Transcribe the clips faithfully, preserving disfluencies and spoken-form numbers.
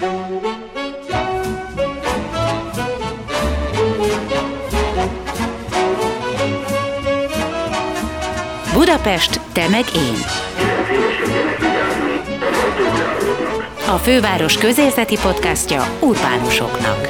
Budapest, te meg én. A főváros közérzeti podcastja urbánusoknak.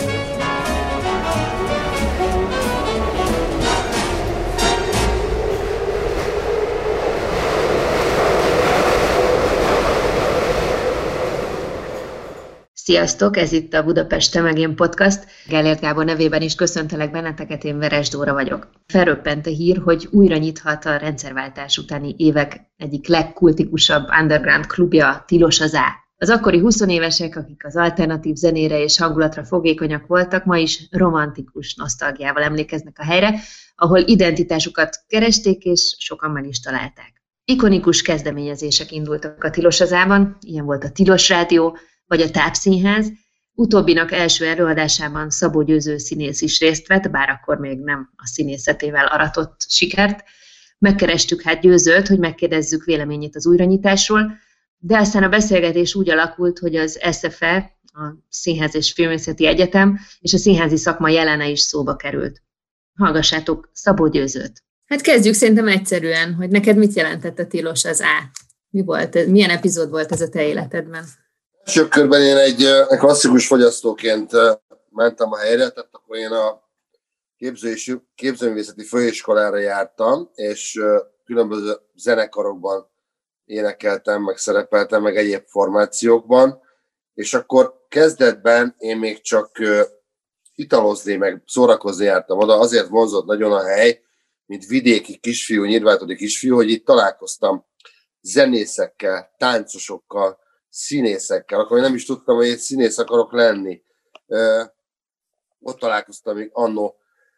Sziasztok, ez itt a Budapest, te meg én podcast. Gellért Gábor nevében is köszöntelek benneteket, én Veres Dóra vagyok. Felröppent a hír, hogy újra nyithat a rendszerváltás utáni évek egyik legkultikusabb underground klubja, Tilos az Á. Az akkori huszonévesek, akik az alternatív zenére és hangulatra fogékonyak voltak, ma is romantikus nosztalgiával emlékeznek a helyre, ahol identitásukat keresték, és sokan meg is találták. Ikonikus kezdeményezések indultak a Tilos az Ában, ilyen volt a Tilos Rádió, vagy a Tápszínház. Utóbbinak első előadásában Szabó Győző színész is részt vett, bár akkor még nem a színészetével aratott sikert. Megkerestük hát Győzőt, hogy megkérdezzük véleményét az újranyitásról, de aztán a beszélgetés úgy alakult, hogy az es ef e, a Színház és Filmészeti Egyetem és a színházi szakma jelene is szóba került. Hallgassátok Szabó Győzőt. Hát kezdjük szerintem egyszerűen, hogy neked mit jelentett a Tilos az Á? Mi volt, milyen epizód volt ez a te életedben? Első körben én egy klasszikus fogyasztóként mentem a helyre, tehát akkor én a képző- képzőművészeti főiskolára jártam, és különböző zenekarokban énekeltem, meg szerepeltem, meg egyéb formációkban, és akkor kezdetben én még csak italozni, meg szórakozni jártam oda, azért vonzott nagyon a hely, mint vidéki kisfiú, nyírvátodi kisfiú, hogy itt találkoztam zenészekkel, táncosokkal, színészekkel, akkor én nem is tudtam, hogy egy színész akarok lenni. Ö, ott találkoztam még annó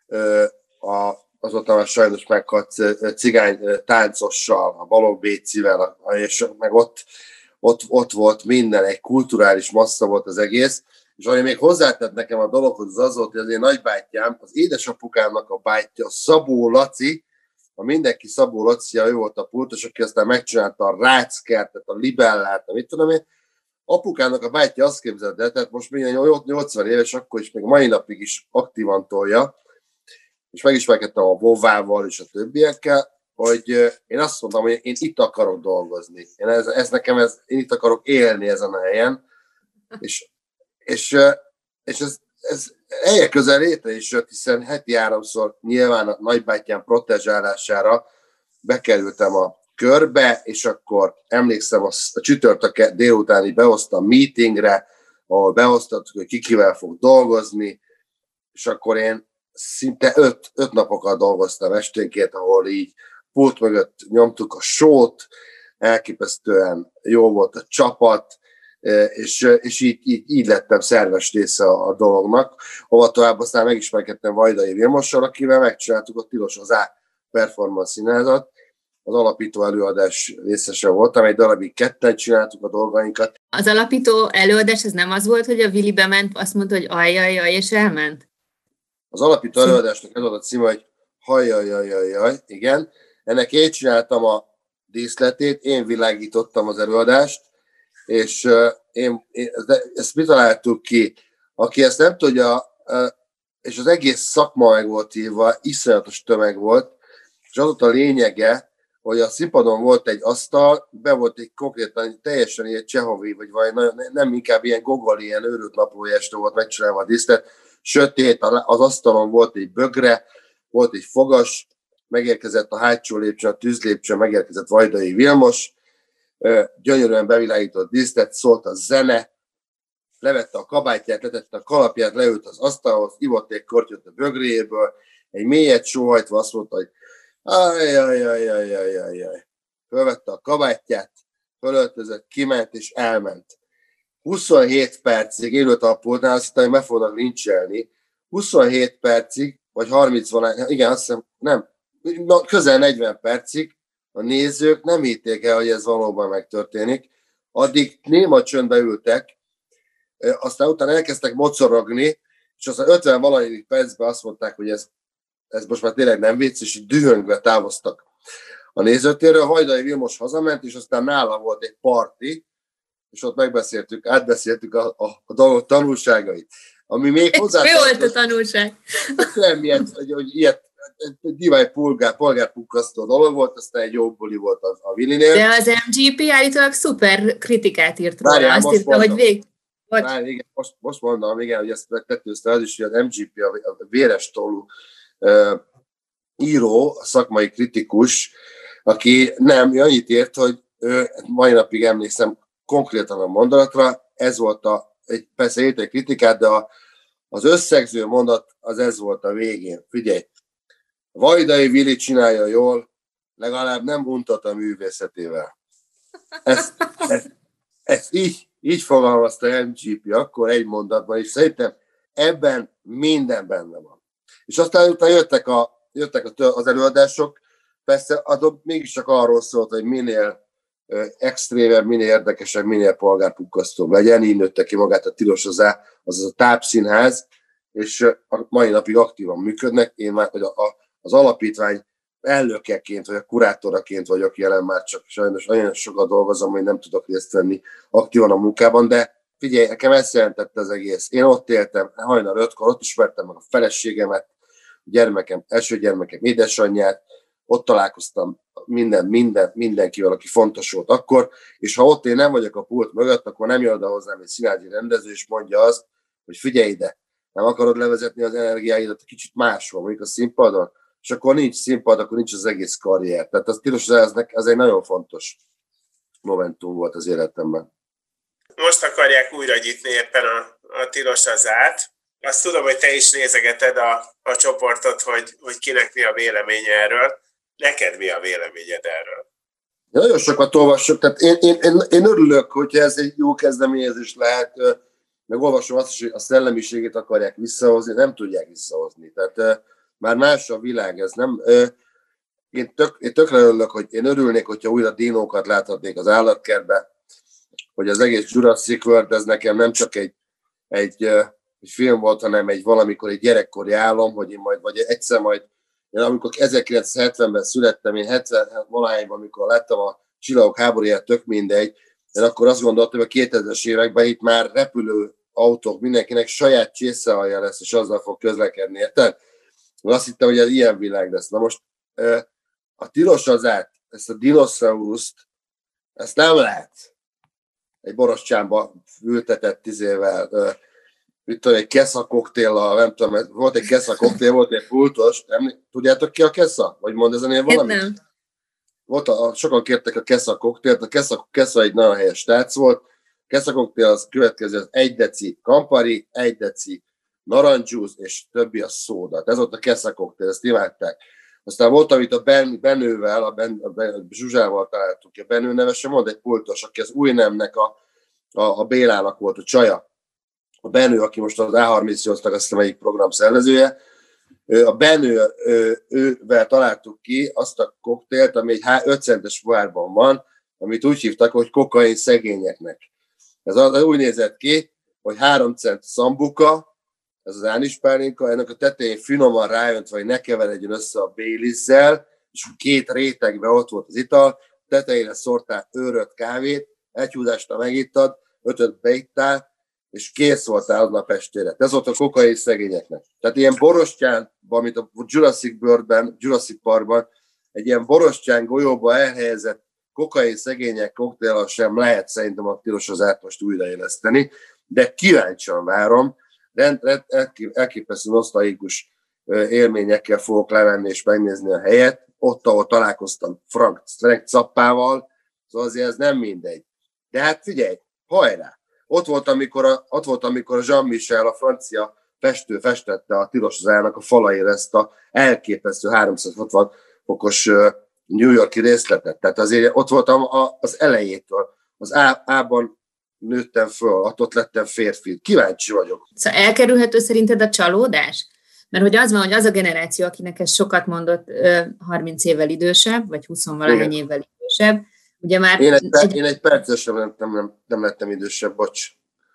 a, azóta már sajnos meghalt cigány táncossal, a Balogh Bécivel, és meg ott, ott, ott volt minden, egy kulturális massza volt az egész, és ami még hozzátett nekem a dologhoz, az az volt, hogy az én nagybátyám, az édesapukámnak a bátyja, Szabó Laci, a mindenki Szabó Lacia, ő volt a pultos, aki aztán megcsinálta a Ráckertet, a Libellát, mit tudom én. Apukának a bátyja azt képzeld el, tehát most még nyolcvan éves, akkor is még mai napig is aktívan tolja, és megismerkedtem a Vovával és a többiekkel, hogy én azt mondtam, hogy én itt akarok dolgozni. Én, ez, ez nekem, ez, én itt akarok élni ezen a helyen, és, és, és ez, ez helye közel létre is jött, hiszen heti háromszor nyilván a nagybátyám protezsálására bekerültem a körbe, és akkor emlékszem, a, a csütörtök délutáni behoztam meetingre, ahol behoztattuk, hogy ki kivel fog dolgozni, és akkor én szinte öt, öt napokat dolgoztam esténként, ahol így pult mögött nyomtuk a sót, elképesztően jó volt a csapat, és, és így, így, így lettem szerves része a, a dolognak. Hova tovább aztán megismerkedtem Vajdai Vilmossal, akivel megcsináltuk a Tilos az Á performance színházat. Az alapító előadás részese voltam, egy darabig ketten csináltuk a dolgainkat. Az alapító előadás ez nem az volt, hogy a Vili bement, azt mondta, hogy ajjajjaj, és elment? Az alapító előadásnak ez volt a címe, hogy hajjajjajjaj, igen. Ennek én csináltam a díszletét, én világítottam az előadást, és uh, én, én, ezt mi találtuk ki? Aki ezt nem tudja, uh, és az egész szakma meg volt írva, iszonyatos tömeg volt, és az volt a lényege, hogy a színpadon volt egy asztal, be volt egy konkrétan teljesen ilyen Csehovi, vagy valami, nem inkább ilyen Gogol, ilyen őrült naplói este volt megcsinálva a díszlet, sötét, az asztalon volt egy bögre, volt egy fogas, megérkezett a hátsó lépcsőn, a tűzlépcsőn, megérkezett Vajdai Vilmos, gyönyörűen bevilágított díszlet, szólt a zene, levette a kabátját, letette a kalapját, leült az asztalhoz, ivott egy kortyot a bögréjéből, egy mélyet sóhajtva azt mondta, hogy ajjajjajjajjajjaj. Fölvette a kabátját, fölöltözött, kiment és elment. huszonhét percig élőt a pultnál, azt hittem, hogy meg fognak lincselni. huszonhét percig, vagy harminc van, igen, azt hiszem, nem, közel negyven percig a nézők nem hitték el, hogy ez valóban megtörténik. Addig néma csöndbe ültek, aztán utána elkezdtek mocorogni, és aztán ötven valanyadik percben azt mondták, hogy ez, ez most már tényleg nem vicc, és így dühöngve távoztak a nézőtérről. Vajdai Vilmos hazament, és aztán nála volt egy parti, és ott megbeszéltük, átbeszéltük a, a, a dolgok tanulságait. Ami még hozzá... Mi volt a tanulság? Nem ilyet, hogy, hogy ilyet, egy divány polgár, polgárpukkasztó dolog volt, aztán egy jó buli volt a, a Willinél. De az em gé pé állítólag szuper kritikát írt róla. Várjál, azt írta, hogy vég... Várjál, igen, most, most mondom, igen, hogy ezt tetőzte az is, hogy az em gé pé, a véres tollú uh, író, a szakmai kritikus, aki nem, annyit ért, hogy ő, mai napig emlékszem konkrétan a mondatra, ez volt a, egy, persze írt egy kritikát, de a, az összegző mondat az ez volt a végén. Figyelj, Vajdai Vili csinálja jól, legalább nem untat a művészetével. Ezt, ezt, ezt így, így fogalmazta em gé pé akkor egy mondatban, és szerintem ebben minden benne van. És aztán utána jöttek, a, jöttek az előadások, persze azok mégiscsak arról szólt, hogy minél extrémebb, minél érdekesebb, minél polgárpukkasztóbb legyen, így nőtte ki magát a Tilos az, azaz a tápszínház, és a mai napig aktívan működnek. Én már hogy a, a, az alapítvány elnökeként, vagy a kurátoraként vagyok jelen, már csak sajnos olyan sokat dolgozom, hogy nem tudok részt venni aktívan a munkában, de figyelj, nekem ezt jelentette az egész. Én ott éltem hajnal ötkor, ott ismertem meg a feleségemet, a gyermekem, első gyermekem édesanyját, ott találkoztam minden, minden, mindenkivel, aki fontos volt akkor, és ha ott én nem vagyok a pult mögött, akkor nem jön oda hozzám egy színházi rendező, és mondja azt, hogy figyelj ide, nem akarod levezetni az energiáidat kicsit máshol, mondjuk a színpadon, és akkor nincs színpad, akkor nincs az egész karrier. Tehát az Tilos az, az egy nagyon fontos momentum volt az életemben. Most akarják újra nyitni éppen a, a Tilos az át. Azt tudom, hogy te is nézegeted a, a csoportot, hogy, hogy kinek mi a véleménye erről. Neked mi a véleményed erről? Nagyon sokat olvasok, tehát én, én, én, én örülök, hogyha ez egy jó kezdeményezés lehet, meg olvasom azt is, hogy a szellemiségét akarják visszahozni, nem tudják visszahozni. Tehát már más a világ, ez nem... Én, tök, én tökre örülök, hogy én örülnék, hogyha újra dinókat láthatnék az állatkertbe, hogy az egész Jurassic World, ez nekem nem csak egy, egy, egy film volt, hanem egy valamikor egy gyerekkori álom, hogy én majd, vagy egyszer majd, én amikor ezerkilencszázhetvenben születtem, én hetven-valahányban, amikor láttam a Csillagok háborúját, tök mindegy, én akkor azt gondoltam, hogy a kétezres években itt már repülő autók, mindenkinek saját csészehajja lesz, és azzal fog közlekedni, érted? Azt hittem, hogy ez ilyen világ lesz. Na most a Tilos az át, ezt a dinoszauluszt, ezt nem lehet egy borostyánba ültetett tizével, mit tudom, egy Kesza koktéllal, nem tudom, volt egy Kesza koktél, volt egy pultos, nem, tudjátok ki a Kesza? Vagy mond ezen én valamit? Nem. Volt a, sokan kértek a Kesza koktélt, a Kesza, Kesza egy nagyon helyes tác volt, a Kesza koktél az következő, az egy deci Campari, egy deci narancsjúsz, és többi a szóda. Ez volt a Kesza koktél, ezt imádták. Aztán volt, amit a ben, Benővel, a, ben, a, ben, a Zsuzsával találtuk ki, a Benő nevesen, mond egy pultos, aki az új nemnek a, a, a Bélának volt a csaja. A Benő, aki most az á harmincnyolcnak azt hiszem egyik program szervezője, a Benő, ővel találtuk ki azt a koktélt, ami egy öt centes pohárban van, amit úgy hívtak, hogy kokain szegényeknek. Ez az, úgy nézett ki, hogy három cent szambuka, ez az ánispálinka, ennek a tetején finoman rájöntve, hogy ne keveredjen össze a Baileys-szel, és két rétegben ott volt az ital, tetejére szórtál őrölt kávét, egy húzásra megittad, ötöt beittál, és kész voltál aznap estére. Ez volt a kokain szegényeknek. Tehát ilyen borostyánban, mint a Jurassic Worldben, Jurassic Parkban, egy ilyen borostyán golyóba elhelyezett kokain szegények koktéllal sem lehet szerintem a Tilos az át most újraéleszteni, de kíváncsian várom, de elképesztő nosztalgikus élményekkel fogok levenni és megnézni a helyet. Ott, ahol találkoztam Frank, Frank Zappával, szóval azért ez nem mindegy. De hát figyelj, hajrá! Ott volt, amikor a, ott volt, amikor a Jean-Michel, a francia festő festette a Tilos az Ának a falaira ezt a elképesztő háromszázhatvan fokos New York-i részletet. Tehát azért ott voltam az elejétől. Az A, A-ban nőttem föl, ott lettem férfi. Kíváncsi vagyok. Szóval elkerülhető szerinted a csalódás? Mert hogy az van, hogy az a generáció, akinek ez sokat mondott, harminc évvel idősebb, vagy húsz-valahány évvel idősebb, ugye már... Én egy, egy... Én egy percesem nem, nem, nem lettem idősebb, bocs.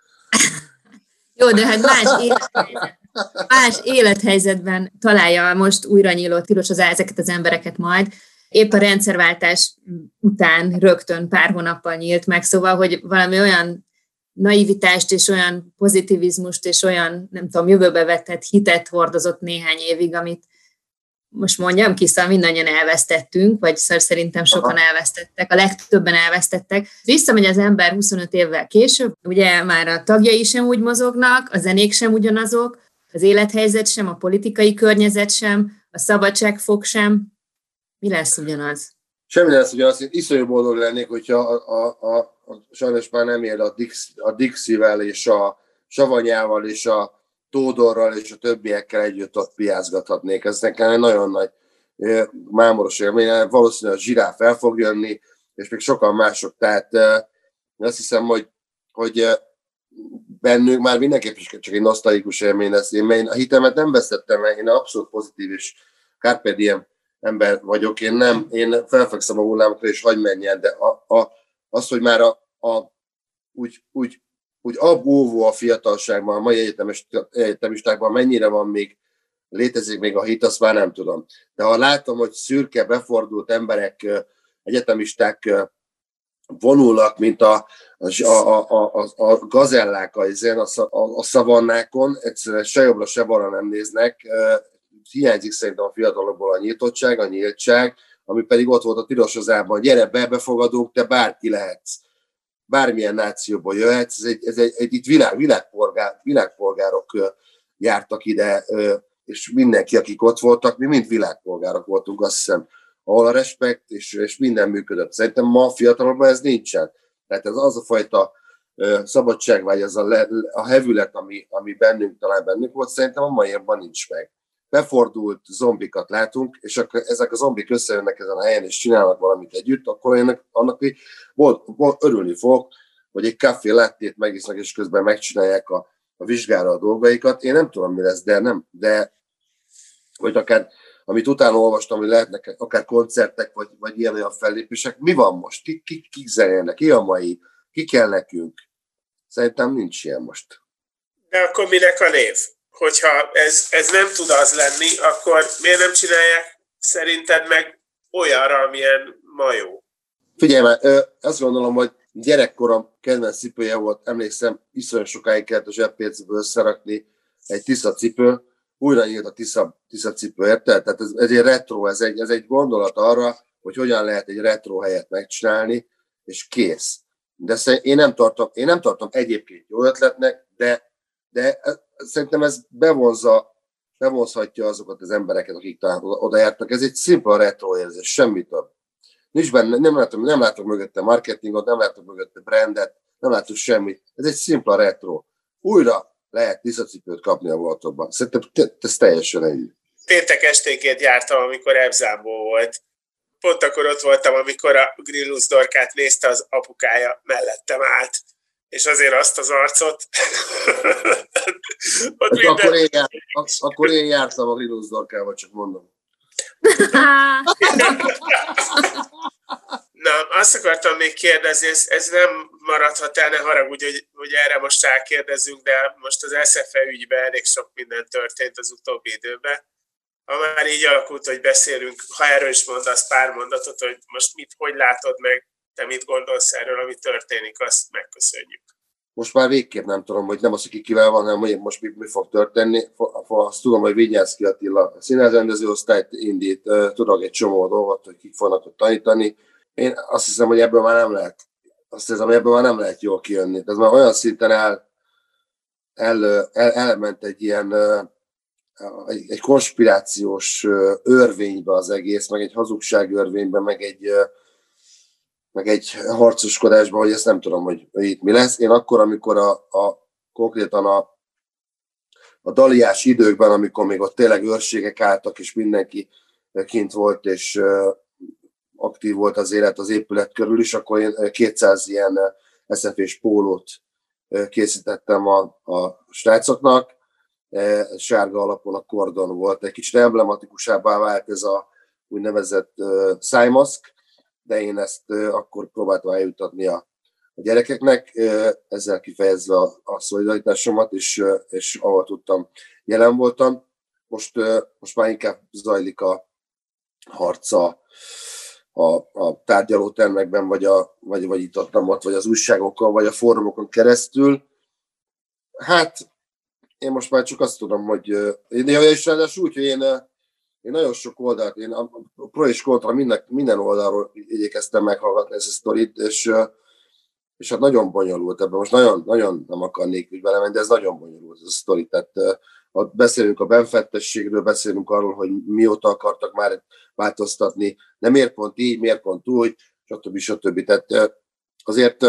Jó, de hát más élethelyzet, más élethelyzetben találja most újra nyíló Tilos az ezeket az embereket majd, épp a rendszerváltás után rögtön pár hónappal nyílt meg, szóval, hogy valami olyan naivitást és olyan pozitivizmust és olyan, nem tudom, jövőbe vetett hitet hordozott néhány évig, amit most mondjam ki, szóval mindannyian elvesztettünk, vagy szerintem sokan elvesztettek, a legtöbben elvesztettek. Visszamegy az ember huszonöt évvel később, ugye már a tagjai sem úgy mozognak, a zenék sem ugyanazok, az élethelyzet sem, a politikai környezet sem, a szabadságfok sem. Mi lesz ugyanaz? Semmi lesz ugyanaz. Én iszonyú boldog lennék, hogyha a, a, a, a, sajnos már nem él a, Dix, a Dixivel és a Savanyával és a Tódorral és a többiekkel együtt ott piázgathatnék. Ez nekem egy nagyon nagy mámoros élmény. Valószínűleg a Zsiráf el fog jönni, és még sokan mások. Tehát azt hiszem, hogy, hogy bennünk már mindenképp csak egy nosztalikus élmény lesz. Én a hitemet nem vesztettem el, én abszolút pozitív és carpe diem ember vagyok. Én nem, én felfekszem a hullámokra, és hagy menjen, de a, a, az, hogy már a, a, úgy, úgy úgy abóvó a fiatalságban, a mai egyetemistákban mennyire van még, létezik még a hit, azt már nem tudom. De ha látom, hogy szürke, befordult emberek, egyetemisták vonulnak, mint a, a, a, a, a gazellák a, a, a szavannákon, egyszerűen se jobbra, se balra nem néznek, hiányzik szerintem a fiatalokból a nyitottság, a nyíltság, ami pedig ott volt a Tirosozában, gyere be, befogadunk, te bárki lehetsz. Bármilyen nációból jöhetsz, ez egy, ez egy, egy itt világ, világpolgár, világpolgárok jártak ide, és mindenki, akik ott voltak, mi mind világpolgárok voltunk, azt hiszem, ahol a respekt és, és minden működött. Szerintem ma a fiatalokban ez nincsen. Tehát ez az a fajta szabadságvágy, az a, le, a hevület, ami, ami bennünk, talán bennünk volt, szerintem a maiakban nincs meg. Befordult zombikat látunk, és akkor ezek a zombik összejönnek ezen a helyen, és csinálnak valamit együtt, akkor ennek, annak volt, volt, örülni fog, hogy egy kávé lattét megisznak, és közben megcsinálják a, a vizsgára a dolgaikat. Én nem tudom, mi lesz, de nem. De, vagy akár, amit utána olvastam, hogy lehetnek akár koncertek, vagy, vagy ilyen-olyan fellépések. Mi van most? Kik, kik, kik zenélnek? Ki a mai? Ki kell nekünk? Szerintem nincs ilyen most. De akkor minek a név? Hogyha ez, ez nem tud az lenni, akkor miért nem csinálják szerinted meg olyanra, amilyen ma jó? Figyelj már, azt gondolom, hogy gyerekkorom kedvenc cipője volt, emlékszem, iszonyat sokáig kellett a zseppécből összerakni egy Tisza cipő, újra nyílt a Tisza, Tisza cipő, érted? Tehát ez, ez egy retro, ez egy, ez egy gondolat arra, hogy hogyan lehet egy retro helyet megcsinálni, és kész. De én nem tartom, én nem tartom egyébként jó ötletnek, de de szerintem ez bevonza, bevonzhatja azokat az embereket, akik talán oda jártak. Ez egy szimpla retro érzés, semmi több. Nincs benne, nem látok, nem látok mögötte marketingot, nem látok mögötte brandet, nem látok semmit. Ez egy szimpla retro. Újra lehet tiszacipőt kapni a boltokban. Szerintem ez teljesen ennyi. Péntek esténként jártam, amikor Ebzámbó volt. Pont akkor ott voltam, amikor a Grillus Dorkát nézte, az apukája mellettem állt. És azért azt az arcot... minden... akkor, én járt, akkor én jártam a Grillus Dorkával, csak mondom. Na, azt akartam még kérdezni, ez, ez nem maradhat el, ne haragudj, hogy, hogy erre most rákérdezünk, de most az es ef e ügyben elég sok minden történt az utóbbi időben. Ha már így alakult, hogy beszélünk, ha erről is mondasz pár mondatot, hogy most mit, hogy látod meg, te mit gondolsz erről, ami történik, azt megköszönjük. Most már végképp nem tudom, hogy nem az, hogy kivel van, hanem hogy most mi, mi fog történni. Azt tudom, hogy Vinyánszky Attila színházrendező osztályt indít, tudok egy csomó dolgot, hogy kik fognak ott tanítani. Én azt hiszem, hogy ebből már nem lehet, azt hiszem, hogy ebből már nem lehet jól kijönni. Ez már olyan szinten el, el, el, elment egy ilyen egy, egy konspirációs örvénybe az egész, meg egy hazugság örvénybe, meg egy meg egy harcoskodásban, hogy ezt nem tudom, hogy itt mi lesz. Én akkor, amikor a, a konkrétan a, a daliás időkben, amikor még ott tényleg őrségek álltak, és mindenki kint volt, és uh, aktív volt az élet az épület körül is, akkor én kétszáz ilyen es ef és pólót készítettem a, a srácoknak. Sárga alapon a kordon volt. Egy kicsit emblematikusábbá vált ez a úgynevezett uh, szájmaszk, de én ezt uh, akkor próbáltam eljutatni a, a gyerekeknek, uh, ezzel kifejezve a, a szolidaritásomat, és, uh, és ahol tudtam, jelen voltam. Most, uh, most már inkább zajlik a harca a, a tárgyalótermekben, vagy, a, vagy, vagy itt ott, ott, vagy az újságokkal, vagy a fórumokon keresztül. Hát én most már csak azt tudom, hogy én, és ráadásul úgy, hogy én, én nagyon sok oldalt, én a pro és kontra minden, minden oldalról igyekeztem meghallgatni ezt a sztorit, és, és hát nagyon bonyolult ebben. Most nagyon, nagyon nem akarnék úgy belemenni, de ez nagyon bonyolult ez a sztori. Tehát beszélünk a benfettességről, beszélünk arról, hogy mióta akartak már változtatni, de miért pont így, miért pont úgy, stb. stb. Tehát azért,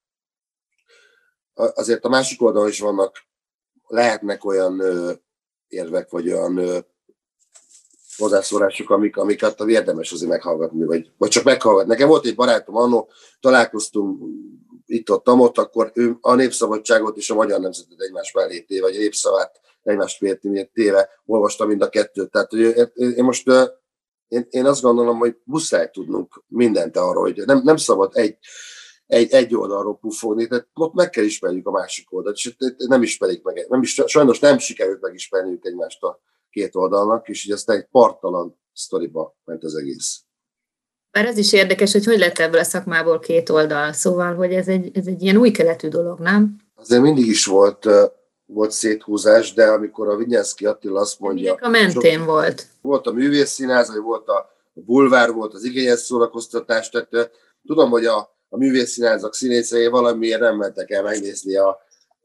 azért a másik oldalon is vannak, lehetnek olyan érvek, vagy olyan hozzászólások, amik, amiket érdemes azért meghallgatni, vagy, vagy csak meghallgatni. Nekem volt egy barátom, annó találkoztunk itt-ott, ott, akkor ő a Népszabadságot és a Magyar Nemzetet egymás mellé téve, vagy a Népszavát egymás mellé téve olvastam mind a kettőt. Tehát hogy én most én, én azt gondolom, hogy muszáj tudnunk mindent arról, hogy nem, nem szabad egy, egy, egy oldalról puffogni, tehát ott meg kell ismerjük a másik oldalt, és nem ismerik meg, nem is, sajnos nem sikerült megismerniük egymást a két oldalnak, és így aztán egy parttalan sztoriba ment az egész. Bár az is érdekes, hogy hogy lett ebből a szakmából két oldal, szóval, hogy ez egy, ez egy ilyen új keletű dolog, nem? Azért mindig is volt, volt széthúzás, de amikor a Vinyánszky Attila azt mondja... Minek a mentén sok, volt? Volt a művészszínház, volt a bulvár, volt az igényes szórakoztatás, tehát tudom, hogy a, a művészszínházak színészei valamiért nem mentek el megnézni a,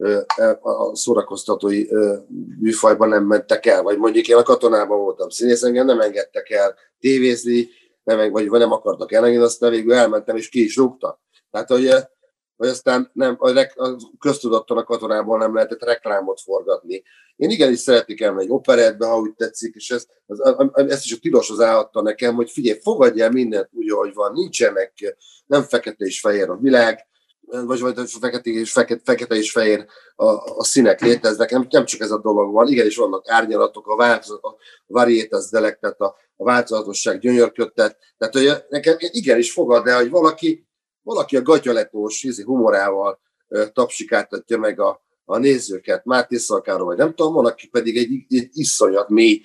a szórakoztatói műfajban, nem mentek el, vagy mondjuk én a Katonában voltam színész, engem nem engedtek el tévézni, nem, vagy, vagy nem akartak elengedni, aztán végül elmentem, és ki is rúgtak. Tehát, hogy, hogy aztán nem, a, a köztudottan a Katonából nem lehetett reklámot forgatni. Én igenis szeretnék elmenni egy operettbe, ha úgy tetszik, és ez, az, ezt is a tilos az állhatta nekem, hogy figyelj, fogadj el mindent úgy, ahogy van, nincsenek, nem fekete és fehér a világ, vagy, vagy fekete, és fekete, fekete és fehér a, a színek léteznek, nem, nem csak ez a dolog van, igenis vannak árnyalatok, a, változat, a varietas delek, tehát a, a változatosság gyönyörködtet, tehát hogy nekem igenis fogad el, hogy valaki, valaki a gatyaletós humorával tapsikáltatja meg a, a nézőket, Máté Szalkáról, vagy nem tudom, van, aki pedig egy, egy iszonyat mély,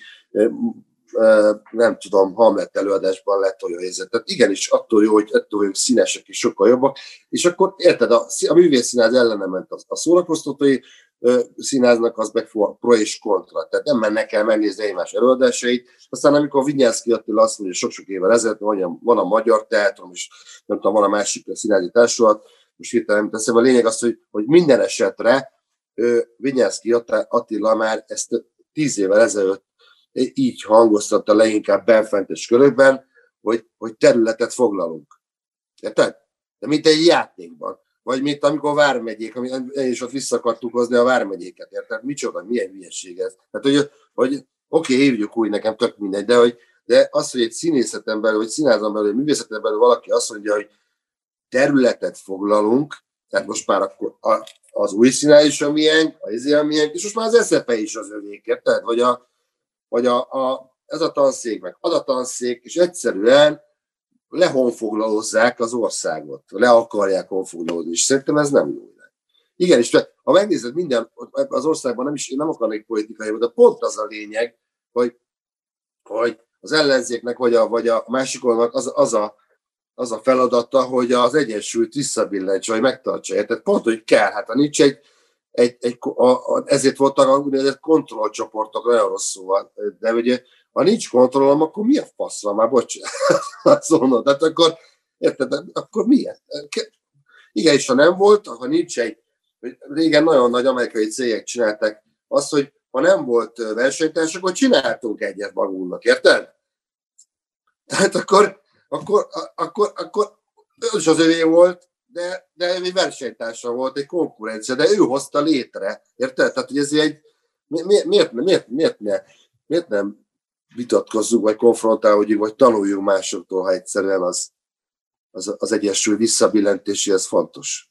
nem tudom, Hamlet előadásban lett olyan helyzet. Tehát igenis attól jó, hogy attól vagyunk színesek és sokkal jobbak. És akkor érted, a, a művészszínház ellene ment a, a szórakoztatói színháznak, az meg pro és kontra. Tehát nem mennek el megnézni egymás előadásait. Aztán amikor Vinyánszky Attila azt mondja, sok-sok évvel ezelőtt, van, van a Magyar Teátrum, és nem tudom, van a másik a színházi társulat, most hirtelen nem teszem. A lényeg az, hogy, hogy minden esetre Vinyánszky Attila már ezt tíz évvel ezelőtt így hangoztatta le inkább benfentes körökben, hogy, hogy területet foglalunk. Érted? De mint egy játékban. Vagy mint amikor a vármegyék, én is ott vissza akartuk hozni a vármegyéket. Érted? Micsoda, milyen hülyeség ez. Tehát, hogy, hogy oké, okay, hívjuk úgy, nekem tök mindegy, de, hogy, de az, hogy egy színészeten belül, vagy színházon belül, egy művészeten belül valaki azt mondja, hogy területet foglalunk, tehát most már akkor az új színház is a miénk, a izé a miénk, és most már az eszepe is az övék, érted? Vagy a vagy a, a, ez a tanszék, meg az a tanszék, és egyszerűen lehonfoglalózzák az országot, le akarják honfoglalózni, és szerintem ez nem jó. Igen, és ha megnézed minden, az országban nem is, én nem akarnék politikai, de pont az a lényeg, hogy, hogy az ellenzéknek, vagy a, vagy a másik oldalnak az, az, a, az a feladata, hogy az egyensúlyt visszabillentse, vagy megtartsa. Tehát pont, hogy kell, hát ha nincs egy Egy, egy, a, a, ezért voltak a úgynevezett kontrollcsoportok, nagyon rosszul van, de ugye, ha nincs kontrollom, akkor mi a fasz van már, bocsánat, szóval, tehát akkor, érted, akkor milyen? Igen, és ha nem volt, ha nincs egy, régen nagyon nagy amerikai cégek csinálták azt, hogy ha nem volt versenytárs, akkor csináltunk egyet magunknak, érted? Tehát akkor, akkor, akkor, akkor ő is az övé volt, de, de egy versenytársa volt, egy konkurencia, de ő hozta létre, érted? Tehát, hogy ez egy, miért, miért, miért, miért, ne, miért nem vitatkozzunk, vagy konfrontálódjunk, vagy tanuljunk másoktól, ha egyszerűen az, az, az egyensúly visszabillentéséhez fontos.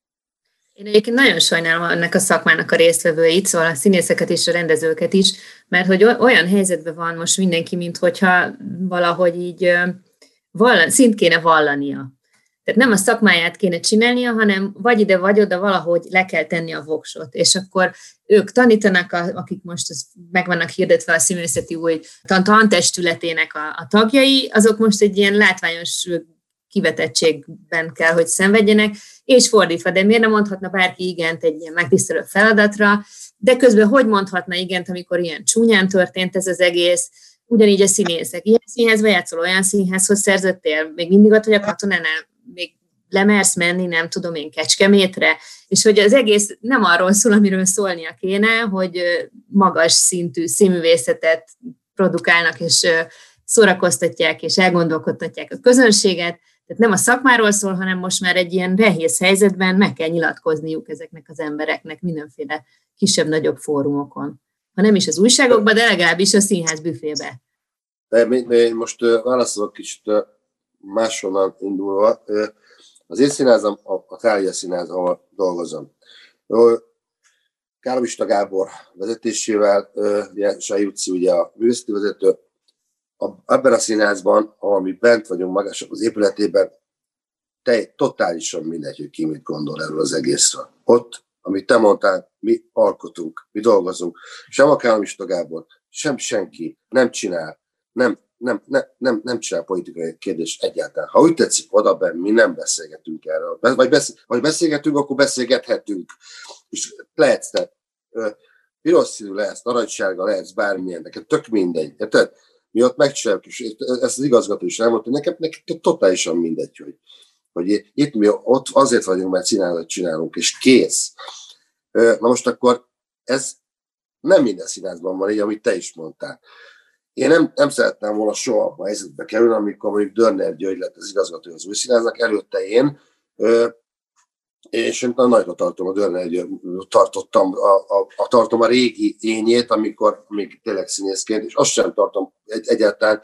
Én egyébként nagyon sajnálom ennek a szakmának a résztvevőit, szóval a színészeket és a rendezőket is, mert hogy olyan helyzetben van most mindenki, mint hogyha valahogy így vallan, szint kéne vallania. Tehát nem a szakmáját kéne csinálnia, hanem vagy ide, vagy oda valahogy le kell tenni a voksot. És akkor ők tanítanak, akik most meg vannak hirdetve a színművészeti új tantestületének a, a tagjai, azok most egy ilyen látványos kivetettségben kell, hogy szenvedjenek, és fordítva, de miért nem mondhatna bárki igent egy ilyen megtisztelő feladatra, de közben hogy mondhatna igent, amikor ilyen csúnyán történt ez az egész, ugyanígy a színészek. Ilyen színházba játszol, olyan színházhoz szerződtél, még mindig ott, hogy a katonánál még lemersz menni, nem tudom én, Kecskemétre, és hogy az egész nem arról szól, amiről szólnia kéne, hogy magas szintű színművészetet produkálnak, és szórakoztatják, és elgondolkodtatják a közönséget. Tehát nem a szakmáról szól, hanem most már egy ilyen nehéz helyzetben meg kell nyilatkozniuk ezeknek az embereknek mindenféle kisebb-nagyobb fórumokon. Ha nem is az újságokban, de legalábbis a színház büfébe. De most válaszolok kicsit máshonnan indulva. Az én színházam a Thália Színház, ahol dolgozom. Kálomista Gábor vezetésével, Sáj Jutci ugye a művészeti vezető, ebben a színházban, ahol mi bent vagyunk magasabb az épületében, te, totálisan mindegy, hogy ki mit gondol erről az egészről. Ott, amit te mondtál, mi alkotunk, mi dolgozunk. Sem a Kálomista Gábor, sem senki nem csinál, nem, nem, nem, nem, nem csinál politikai kérdés egyáltalán. Ha úgy tetszik, odaben mi nem beszélgetünk erről. Vagy, beszél, vagy beszélgetünk, akkor beszélgethetünk. És lehetsz te, piros színű lehetsz, narancssárga lehetsz, bármilyen, neked tök mindegy. Érted? Mi ott megcsináljuk, és ezt az igazgató is elmondta, nekem, nekem totálisan mindegy, hogy, hogy itt mi ott azért vagyunk, mert színházat csinálunk, és kész. Na most akkor ez nem minden színházban van így, amit te is mondtál. Én nem, nem szerettem volna soha a helyzetbe kerülni, amikor mondjuk Dörner György lett az igazgató az új színháznak, előtte én, és én nagyra tartom a Dörner György, tartottam a, a, a, tartom a régi ényét, amikor még tényleg színészként, és azt sem tartom egy, egyáltalán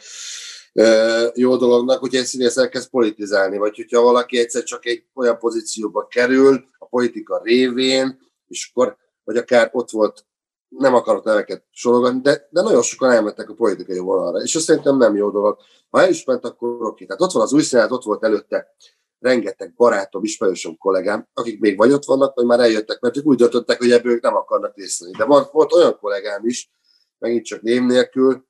jó dolognak, hogyha egy színész elkezd politizálni, vagy hogyha valaki egyszer csak egy olyan pozícióba kerül a politika révén, és akkor, vagy akár ott volt, nem akarok neveket sorolgatni, de, de nagyon sokan elmentek a politikai vonalra, és azt szerintem nem jó dolog. Ha el is ment, akkor oké. Tehát ott van az új színház, ott volt előtte rengeteg barátom, ismerősöm, kollégám, akik még vagy ott vannak, vagy már eljöttek, mert ők úgy döntöttek, hogy ebből ők nem akarnak részt venni. De van, volt olyan kollégám is, megint csak név nélkül,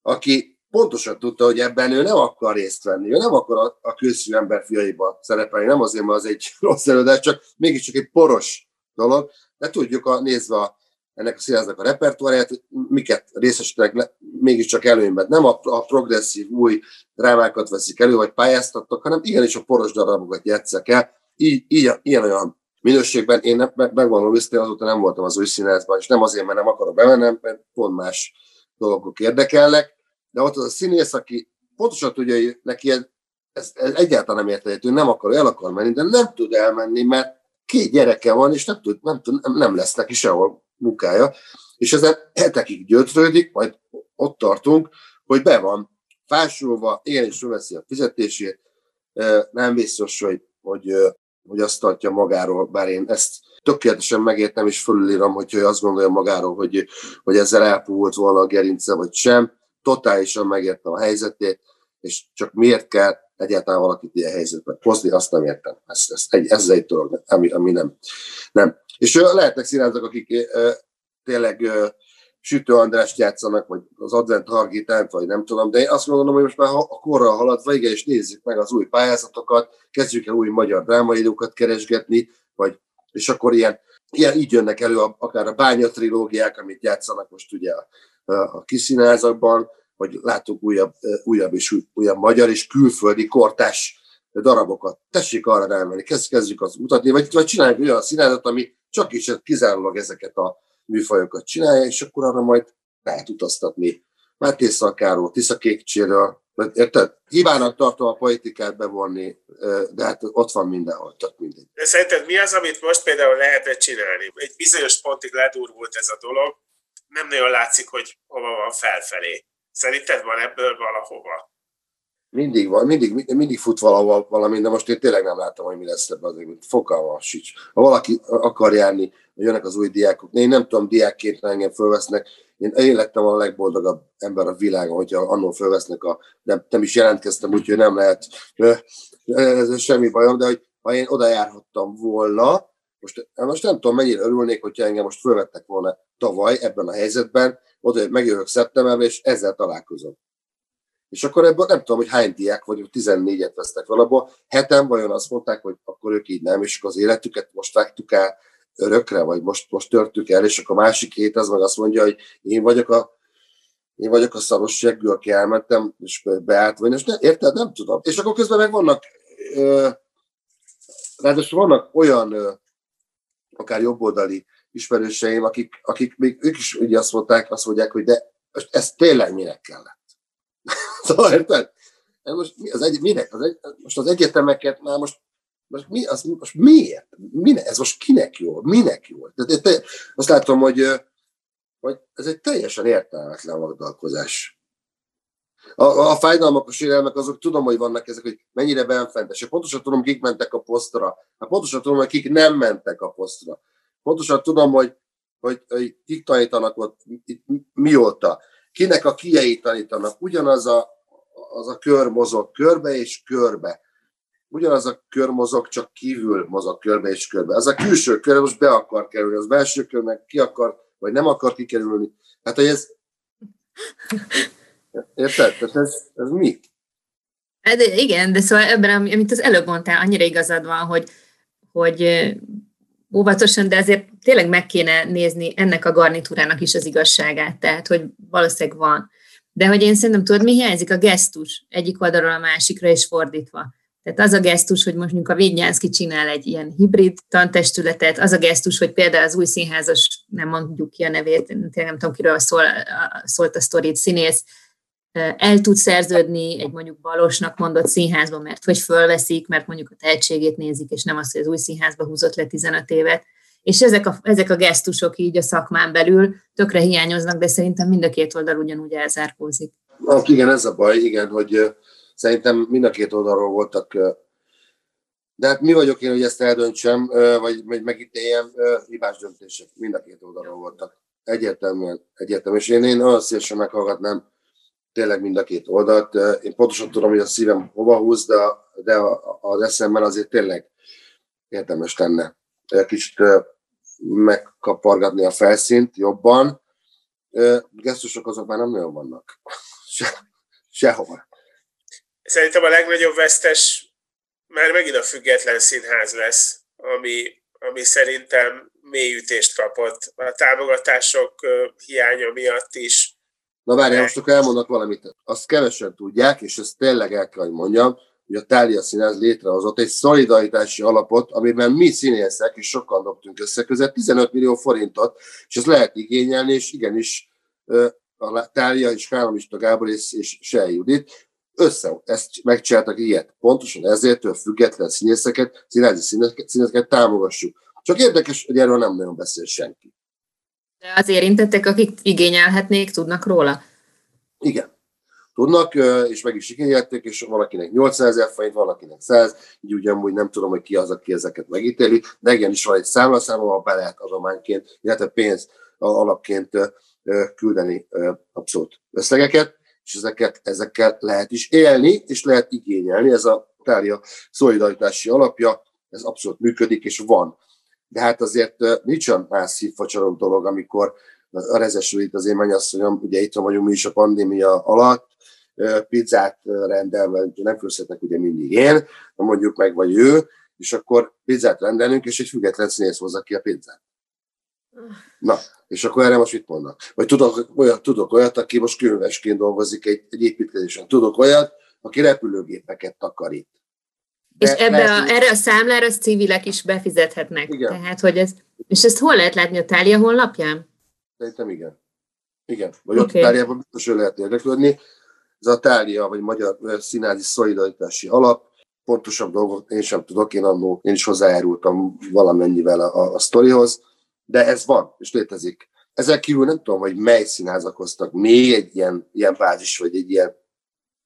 aki pontosan tudta, hogy ebben ő nem akar részt venni, ő nem akar a, a közszű ember fiaiba szerepelni, nem azért, mert az egy rossz előadás, csak mégiscsak egy poros dolog, de tudjuk, a, nézve a, ennek a színháznak a repertoárját, miket részesítenek mégiscsak előnyben. Nem a, a progresszív új drámákat veszik elő, vagy pályáztattak, hanem igenis a poros darabokat játsszák el. Így, így ilyen-olyan minőségben én nem, megmondom őszintén, azóta nem voltam az új színházban, és nem azért, mert nem akarok bemennem, mert pont más dolgok érdekelnek, de ott az a színész, aki pontosan tudja, hogy neki ez, ez, ez egyáltalán nem értelhető, nem akar, el akar menni, de nem tud elmenni, mert két gyereke van, és nem, tud, nem, tud, nem lesz neki sehol munkája, és ezen hetekig gyötrődik, majd ott tartunk, hogy be van fásulva, igenis veszi a fizetését, nem biztos, hogy, hogy, hogy azt tartja magáról, bár én ezt tökéletesen megértem, és fölülírom, hogyha azt gondolja magáról, hogy, hogy ezzel elpúlt volna a gerince, vagy sem. Totálisan megértem a helyzetét, és csak miért kell egyáltalán valakit ilyen helyzetbe hozni, azt nem értem. Ez, ez, egy, ez egy dolog, ami, ami nem. nem. És lehetnek színházak, akik e, tényleg e, Sütő Andrást játszanak, vagy az Advent Hargitánt, vagy nem tudom, de én azt gondolom, hogy most már a korral haladva, igen, és nézzük meg az új pályázatokat, kezdjük el új magyar drámaírókat keresgetni, vagy, és akkor ilyen, ilyen így jönnek elő a, akár a Bánya trilógiák, amit játszanak most ugye a, a, a kiszínházakban, hogy látunk újabb, újabb és újabb magyar és külföldi kortás darabokat. Tessék arra rámenni, kezdjük az mutatni, vagy, vagy csináljuk olyan színházat, ami csak is kizárólag ezeket a műfajokat csinálja, és akkor arra majd lehet utaztatni. Máté Szakáról, Tisza Kékcséről, érted? Hibának tartom a politikát bevonni, de hát ott van mindenhol, tök mindegy. De szerinted mi az, amit most például lehetett csinálni? Egy bizonyos pontig ledurvult ez a dolog, nem nagyon látszik, hogy hova van felfelé. Szerinted van ebből valahova? Mindig van, mindig, mindig fut valahol valami, de most én tényleg nem láttam, hogy mi lesz ebben az évben. Fogalmam sincs. Ha valaki akar járni, hogy jönnek az új diákok, én nem tudom, diákként engem fölvesznek, én, én lettem a legboldogabb ember a világon, hogyha annól fölvesznek, a, nem, nem is jelentkeztem, úgyhogy nem lehet, ez semmi bajom, de hogy ha én oda járhattam volna, most, most nem tudom, mennyire örülnék, hogyha engem most fölvettek volna tavaly ebben a helyzetben, oda megjövök szeptemberben, és ezzel találkozom. És akkor ebből nem tudom, hogy hány diák vagyok, tizennégyet vesztek valahol, heten vajon azt mondták, hogy akkor ők így nem, és akkor az életüket most vágtuk el örökre, vagy most, most törtük el, és akkor a másik hét az meg azt mondja, hogy én vagyok a, én vagyok a szaros seggű, aki elmentem, és beállt, vagy és nem, érted? Nem tudom. És akkor közben meg vannak, ö, ráadásul vannak olyan ö, akár jobboldali ismerőseim, akik, akik még ők is ugye azt mondták, azt mondják, hogy de ez tényleg minek kellett. Szóval érted? Most, az egy, minek? Az egy, most az egyetemeket már most, most, mi, az, most miért? Mine, ez most kinek jó? Minek jó? De, de, azt látom, hogy, hogy ez egy teljesen értelmetlen magdalkozás. A, a fájdalmak, a sérelmek, azok tudom, hogy vannak ezek, hogy mennyire benfentes. Pontosan tudom, kik mentek a posztra. Pontosan tudom, hogy kik nem mentek a posztra. Pontosan tudom, hogy, hogy, hogy kik tanítanak ott mióta. Kinek a kijei tanítanak. Ugyanaz a, az a kör mozog körbe és körbe. Ugyanaz a kör mozog, csak kívül mozog körbe és körbe. Az a külső kör most be akar kerülni, az belső körnek ki akar, vagy nem akar kikerülni. Hát, hogy ez... Érted? Tehát ez, ez mi? De igen, de szóval ebben, amit az előbb mondtál, annyira igazad van, hogy, hogy óvatosan, de azért tényleg meg kéne nézni ennek a garnitúrának is az igazságát, tehát, hogy valószínűleg van. De hogy én szerintem, tudod, mi hiányzik? A gesztus egyik oldalról a másikra és fordítva. Tehát az a gesztus, hogy most mondjuk a Vidnyánszky csinál egy ilyen hibrid tantestületet, az a gesztus, hogy például az új színházas, nem mondjuk ki a nevét, tényleg nem tudom, kiről szól, szólt a sztorit, színész, el tud szerződni egy mondjuk Balosnak mondott színházban, mert hogy fölveszik, mert mondjuk a tehetségét nézik, és nem azt, hogy az új színházba húzott le tizenöt évet. És ezek a, ezek a gesztusok így a szakmán belül tökre hiányoznak, de szerintem mind a két oldal ugyanúgy elzárkózik. Ah, igen, ez a baj, igen, hogy szerintem mind a két oldalról voltak, de hát mi vagyok én, hogy ezt eldöntsem, vagy, vagy megítéljem, hibás döntések, mind a két oldalról voltak. Egyértelműen, egyértelműen. És én, én olyan szívesen meghallgatnám tényleg mind a két oldalt. Én pontosan tudom, hogy a szívem hova húz, de, de az eszemben azért tényleg érdemes lenne kicsit megkapargatni a felszínt jobban. Gesztusok azok már nem nagyon vannak. Se, sehova. Szerintem a legnagyobb vesztes már megint a független színház lesz, ami, ami szerintem mély ütést kapott. A támogatások hiánya miatt is. Na várjál, most akkor elmondok valamit. Azt kevesen tudják, és ezt tényleg el kell, hogy mondjam, hogy a Thália Színház létrehozott egy szolidaritási alapot, amiben mi színészek is sokan dobtunk össze, közel tizenöt millió forintot, és ezt lehet igényelni, és igenis a Thália és Kállamista Gábor és, és Sej Judit össze, ezt megcsináltak ilyet. Pontosan ezért a független színészeket, színházi színészeket támogassuk. Csak érdekes, hogy erről nem nagyon beszél senki. De az érintettek, akik igényelhetnék, tudnak róla? Igen. Tudnak, és meg is igényelték, és valakinek nyolcszázezer forint, valakinek száz, így ugyanúgy nem tudom, hogy ki az, aki ezeket megítéli, de igenis van egy számlaszám, ahol be lehet adományként, illetve pénz alapként küldeni abszolút összegeket, és ezeket, ezekkel lehet is élni, és lehet igényelni. Ez a Thália szolidaritási alapja, ez abszolút működik, és van. De hát azért nincs olyan más szívfacsaró dolog, amikor a rezesül itt az én mennyasszonyom, ugye itt vagyunk mi is a pandémia alatt, pizzát rendelve, nem főzhetnek ugye mindig én, mondjuk meg vagy ő, és akkor pizzát rendelünk, és egy független színész hozza ki a pizzát. Na, és akkor erre most mit mondnak? Vagy tudok olyat, tudok olyat, aki most különösként dolgozik egy, egy építkezésen. Tudok olyat, aki repülőgépeket takarít. De és ebbe a, erre a számlára az civilek is befizethetnek. Igen. Tehát, hogy ez, és ezt hol lehet látni, a Thália honlapján? Szerintem igen. Igen. Vagy okay. Ott a Tháliában biztos lehet érdeklődni. Ez a Thália, vagy Magyar Színházi Szolidaritási Alap. Pontosabb dolgok én sem tudok, én annól én is hozzájárultam valamennyivel a, a, a sztorihoz, de ez van, és létezik. Ezek kívül nem tudom, hogy mely színházak hoztak még egy ilyen, ilyen bázis, vagy egy ilyen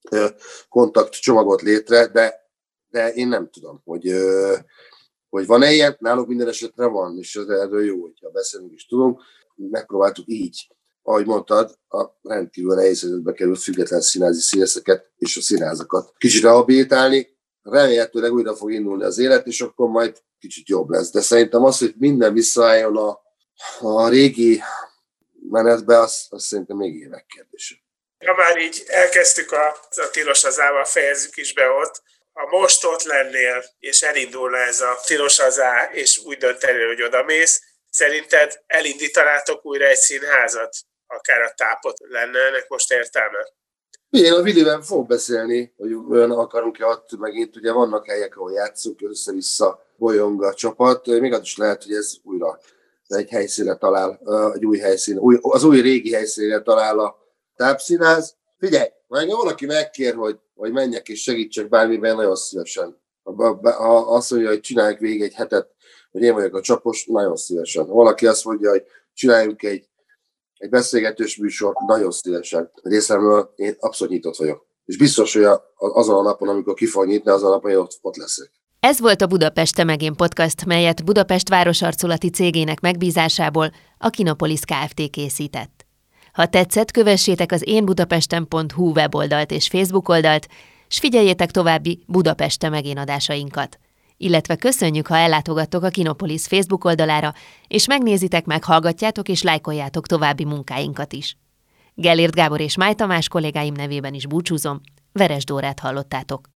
kontaktcsomagot létre, de, de én nem tudom, hogy, hogy van-e ilyen, náluk minden esetre van, és ez erről jó, hogyha beszélünk is tudunk. Megpróbáltuk így, ahogy mondtad, a rendkívül nehéz helyzetbe került független színházi színészeket és a színházakat kicsit rehabilitálni. Remélhetőleg újra fog indulni az élet, és akkor majd kicsit jobb lesz. De szerintem az, hogy minden visszaálljon a, a régi menetbe, az, az szerintem még évek kérdése. Ha már így elkezdtük a, a Tilos az Á-val, fejezzük is be ott. Ha most ott lennél, és elindulna ez a Tilos az Á, és úgy döntenél, hogy odamész, szerinted elindítanátok újra egy színházat? Akár a tápot lenne ennek most értelme? Én a Viliben fogok beszélni, hogy olyan akarunk-e ott, megint ugye vannak helyek, ahol játszunk, össze-vissza bolyong a csapat. Még az is lehet, hogy ez újra egy helyszínre talál, egy új helyszín, új, az új régi helyszínre talál a tápszínház. Figyelj, ha engem valaki megkér, hogy, hogy menjek és segítsek bármiben, nagyon szívesen. Ha azt mondja, hogy csináljuk végig egy hetet, hogy én vagyok a csapos, nagyon szívesen. Ha valaki azt mondja, hogy csináljunk egy Egy beszélgetős műsor, nagyon szívesen. Részemről én abszolút nyitott vagyok. És biztos, hogy azon a napon, amikor ki fog nyitni, azon a napon én ott, ott leszek. Ez volt a Budapest Tömegén podcast, melyet Budapest városarculati cégének megbízásából a Kinopolis Kft. Készített. Ha tetszett, kövessétek az én budapesten pont hu weboldalt és Facebook oldalt, s figyeljétek további Budapest Tömegén adásainkat. Illetve köszönjük, ha ellátogattok a Kinopolis Facebook oldalára, és megnézitek, meghallgatjátok és lájkoljátok további munkáinkat is. Gellért Gábor és Máj Tamás kollégáim nevében is búcsúzom, Veres Dórát hallottátok.